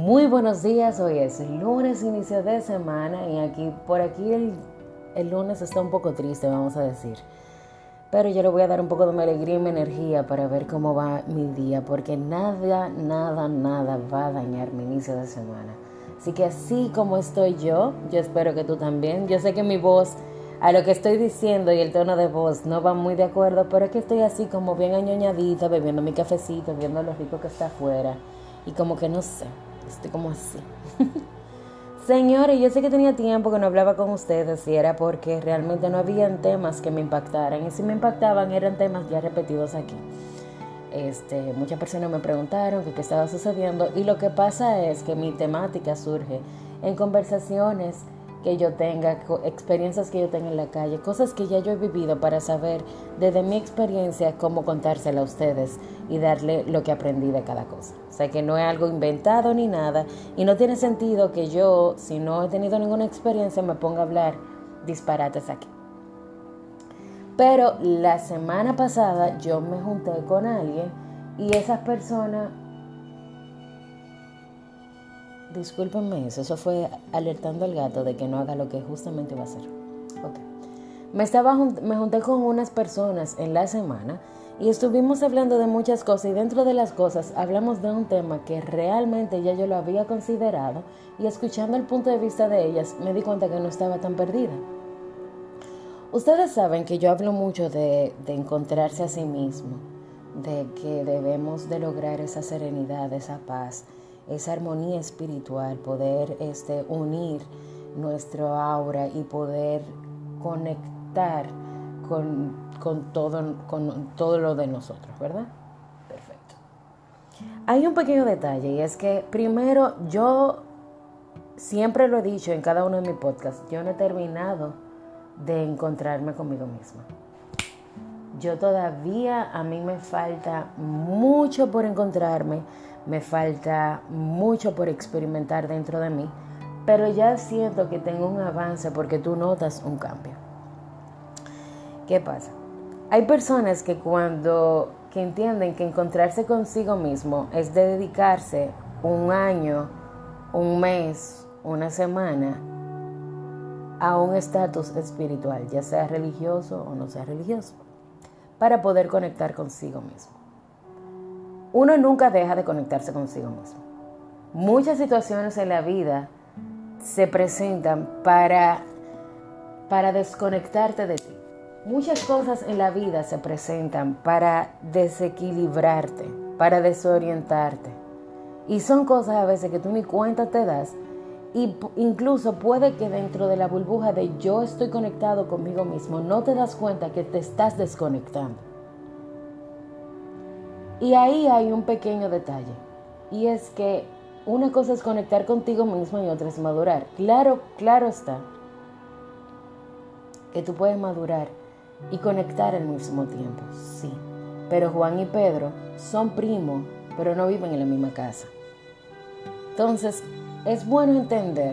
Muy buenos días, hoy es lunes, inicio de semana y por aquí el lunes está un poco triste, vamos a decir. Pero yo le voy a dar un poco de mi alegría y mi energía para ver cómo va mi día, porque nada va a dañar mi inicio de semana. Así que así como estoy yo espero que tú también. Yo sé que mi voz, a lo que estoy diciendo y el tono de voz no va muy de acuerdo, pero es que estoy así como bien añoñadita, bebiendo mi cafecito, viendo lo rico que está afuera y como que no sé. Estoy como así. Señores, yo sé que tenía tiempo que no hablaba con ustedes y era porque realmente no habían temas que me impactaran. Y si me impactaban eran temas ya repetidos aquí. Muchas personas me preguntaron qué estaba sucediendo y lo que pasa es que mi temática surge en conversaciones que yo tenga, experiencias que yo tenga en la calle, cosas que ya yo he vivido para saber desde mi experiencia cómo contársela a ustedes y darle lo que aprendí de cada cosa. O sea que no es algo inventado ni nada y no tiene sentido que yo, si no he tenido ninguna experiencia, me ponga a hablar disparates aquí. Pero la semana pasada yo me junté con alguien y esas personas, discúlpenme eso fue alertando al gato de que no haga lo que justamente iba a hacer. Okay. Me junté con unas personas en la semana y estuvimos hablando de muchas cosas y dentro de las cosas hablamos de un tema que realmente ya yo lo había considerado y escuchando el punto de vista de ellas me di cuenta que no estaba tan perdida. Ustedes saben que yo hablo mucho de encontrarse a sí mismo, de que debemos de lograr esa serenidad, esa paz, esa armonía espiritual, poder unir nuestro aura y poder conectar con todo lo de nosotros, ¿verdad? Perfecto. Hay un pequeño detalle y es que primero yo siempre lo he dicho en cada uno de mis podcasts, yo no he terminado de encontrarme conmigo misma. Yo todavía, a mí me falta mucho por encontrarme, me falta mucho por experimentar dentro de mí, pero ya siento que tengo un avance porque tú notas un cambio. ¿Qué pasa? Hay personas que entienden que encontrarse consigo mismo es de dedicarse un año, un mes, una semana a un estatus espiritual, ya sea religioso o no sea religioso, para poder conectar consigo mismo. Uno nunca deja de conectarse consigo mismo. Muchas situaciones en la vida se presentan para desconectarte de ti. Muchas cosas en la vida se presentan para desequilibrarte, para desorientarte. Y son cosas a veces que tú ni cuenta te das. Y incluso puede que dentro de la burbuja de yo estoy conectado conmigo mismo, no te das cuenta que te estás desconectando. Y ahí hay un pequeño detalle. Y es que una cosa es conectar contigo mismo y otra es madurar. Claro está que tú puedes madurar y conectar al mismo tiempo, sí. Pero Juan y Pedro son primos, pero no viven en la misma casa. Entonces, es bueno entender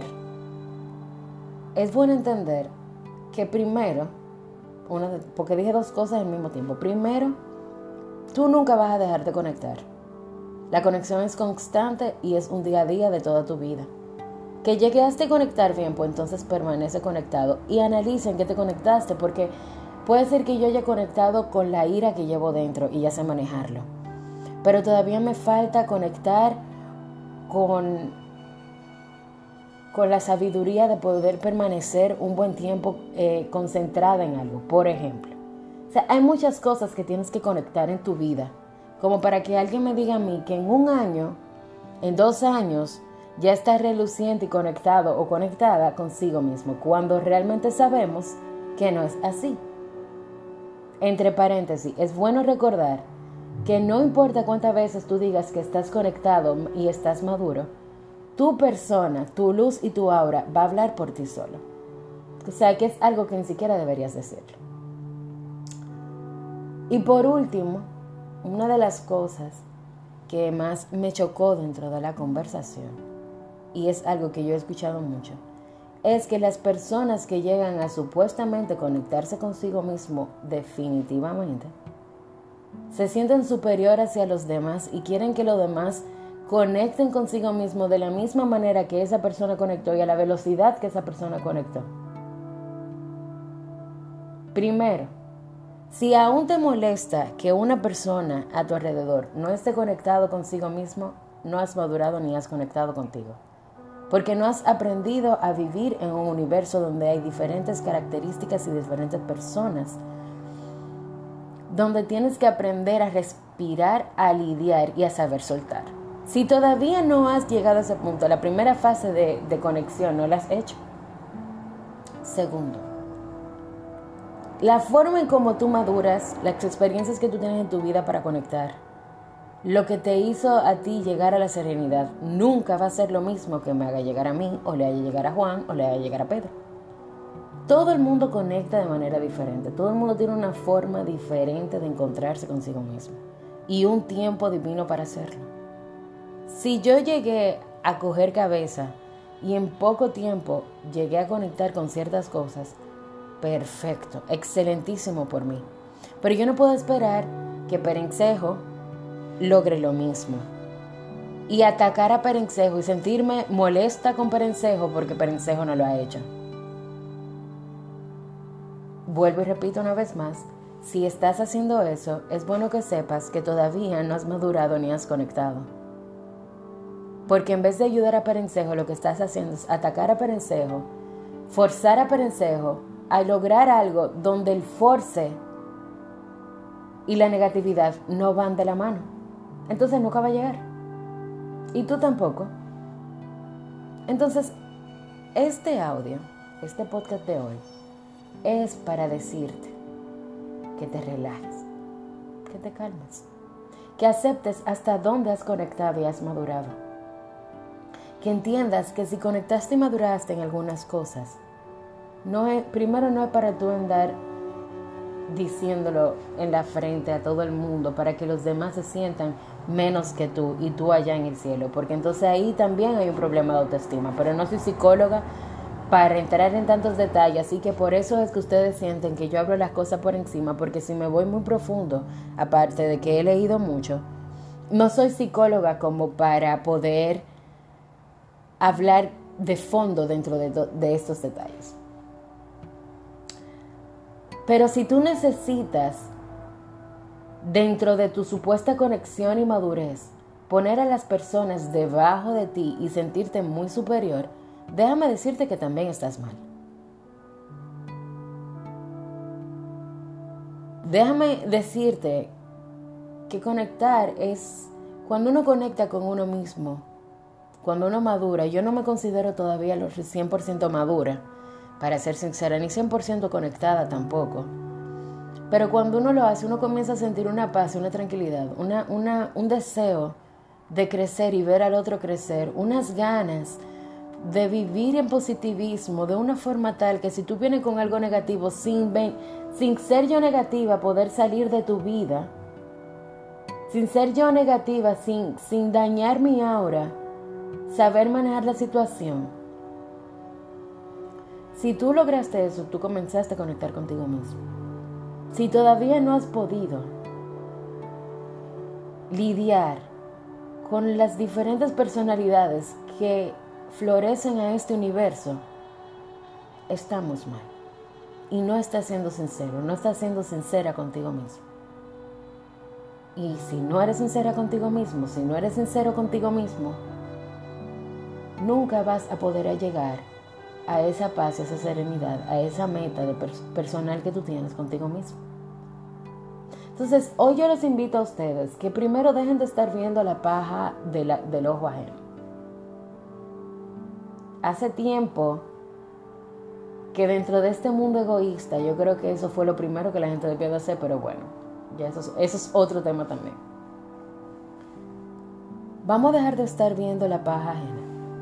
que primero, porque dije dos cosas al mismo tiempo. Primero, tú nunca vas a dejar de conectar. La conexión es constante y es un día a día de toda tu vida. Que llegaste a conectar bien, pues entonces permanece conectado y analiza en qué te conectaste, porque puede ser que yo haya conectado con la ira que llevo dentro y ya sé manejarlo. Pero todavía me falta conectar con la sabiduría de poder permanecer un buen tiempo concentrada en algo, por ejemplo. O sea, hay muchas cosas que tienes que conectar en tu vida, como para que alguien me diga a mí que en un año, en 2 años, ya está reluciente y conectado o conectada consigo mismo, cuando realmente sabemos que no es así. Entre paréntesis, es bueno recordar que no importa cuántas veces tú digas que estás conectado y estás maduro, tu persona, tu luz y tu aura va a hablar por ti solo. O sea, que es algo que ni siquiera deberías decirlo. Y por último, una de las cosas que más me chocó dentro de la conversación, y es algo que yo he escuchado mucho, es que las personas que llegan a supuestamente conectarse consigo mismo definitivamente, se sienten superior hacia los demás y quieren que los demás conecten consigo mismo de la misma manera que esa persona conectó y a la velocidad que esa persona conectó. Primero, si aún te molesta que una persona a tu alrededor no esté conectado consigo mismo, no has madurado ni has conectado contigo. Porque no has aprendido a vivir en un universo donde hay diferentes características y diferentes personas, donde tienes que aprender a respirar, a lidiar y a saber soltar. Si todavía no has llegado a ese punto, la primera fase de conexión no la has hecho. Segundo, la forma en cómo tú maduras, las experiencias que tú tienes en tu vida para conectar, lo que te hizo a ti llegar a la serenidad, nunca va a ser lo mismo que me haga llegar a mí, o le haga llegar a Juan, o le haga llegar a Pedro. Todo el mundo conecta de manera diferente, todo el mundo tiene una forma diferente de encontrarse consigo mismo y un tiempo divino para hacerlo. Si yo llegué a coger cabeza y en poco tiempo llegué a conectar con ciertas cosas, perfecto, excelentísimo por mí. Pero yo no puedo esperar que Perencejo logre lo mismo y atacar a Perencejo y sentirme molesta con Perencejo porque Perencejo no lo ha hecho. Vuelvo y repito una vez más, si estás haciendo eso, es bueno que sepas que todavía no has madurado ni has conectado. Porque en vez de ayudar a Perencejo, lo que estás haciendo es atacar a Perencejo, forzar a Perencejo a lograr algo donde el force y la negatividad no van de la mano. Entonces nunca va a llegar. Y tú tampoco. Entonces, este audio, este podcast de hoy, es para decirte que te relajes, que te calmes, que aceptes hasta dónde has conectado y has madurado. Que entiendas que si conectaste y maduraste en algunas cosas, primero no es para tú andar diciéndolo en la frente a todo el mundo para que los demás se sientan menos que tú y tú allá en el cielo, porque entonces ahí también hay un problema de autoestima. Pero no soy psicóloga para entrar en tantos detalles, así que por eso es que ustedes sienten que yo hablo las cosas por encima, porque si me voy muy profundo, aparte de que he leído mucho, no soy psicóloga como para poder hablar de fondo dentro de estos detalles. Pero si tú necesitas, dentro de tu supuesta conexión y madurez, poner a las personas debajo de ti y sentirte muy superior, déjame decirte que también estás mal. Déjame decirte que conectar es cuando uno conecta con uno mismo, cuando uno madura. Yo no me considero todavía lo 100% madura, para ser sincera, ni 100% conectada tampoco. Pero cuando uno lo hace, uno comienza a sentir una paz, una tranquilidad, un deseo de crecer y ver al otro crecer, unas ganas de vivir en positivismo de una forma tal que si tú vienes con algo negativo, sin ser yo negativa, poder salir de tu vida, sin ser yo negativa, sin dañar mi aura, saber manejar la situación. Si tú lograste eso, tú comenzaste a conectar contigo mismo. Si todavía no has podido lidiar con las diferentes personalidades que florecen a este universo, estamos mal. Y no estás siendo sincero, no estás siendo sincera contigo mismo. Y si no eres sincera contigo mismo, si no eres sincero contigo mismo, nunca vas a poder llegar a esa paz, a esa serenidad, a esa meta de personal que tú tienes contigo mismo. Entonces, hoy yo les invito a ustedes que primero dejen de estar viendo la paja del ojo ajeno. Hace tiempo que dentro de este mundo egoísta, yo creo que eso fue lo primero que la gente debió de hacer, pero bueno, ya eso es otro tema también. Vamos a dejar de estar viendo la paja ajena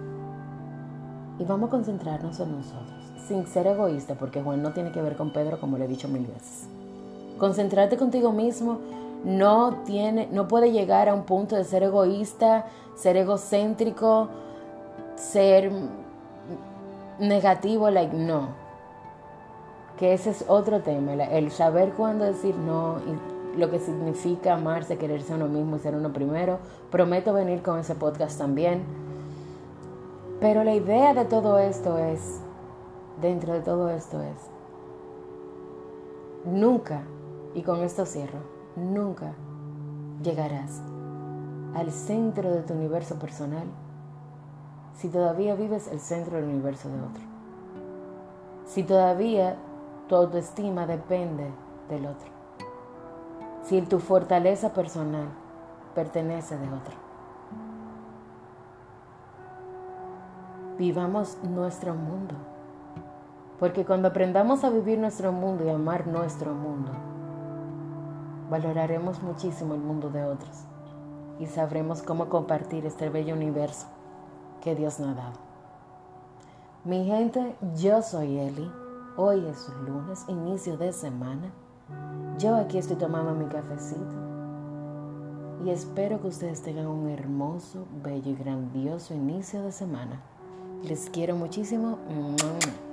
y vamos a concentrarnos en nosotros, sin ser egoísta, porque Juan no tiene que ver con Pedro, como le he dicho 1000 veces. Concentrarte contigo mismo no puede llegar a un punto de ser egoísta, ser egocéntrico, ser negativo, no. Que ese es otro tema, el saber cuándo decir no lo que significa amarse, quererse a uno mismo y ser uno primero. Prometo venir con ese podcast también. Pero la idea de todo esto es, dentro de todo esto es, nunca, y con esto cierro, nunca llegarás al centro de tu universo personal si todavía vives el centro del universo de otro. Si todavía tu autoestima depende del otro. Si tu fortaleza personal pertenece de otro. Vivamos nuestro mundo. Porque cuando aprendamos a vivir nuestro mundo y amar nuestro mundo, valoraremos muchísimo el mundo de otros y sabremos cómo compartir este bello universo que Dios nos ha dado. Mi gente, yo soy Eli. Hoy es lunes, inicio de semana. Yo aquí estoy tomando mi cafecito y espero que ustedes tengan un hermoso, bello y grandioso inicio de semana. Les quiero muchísimo.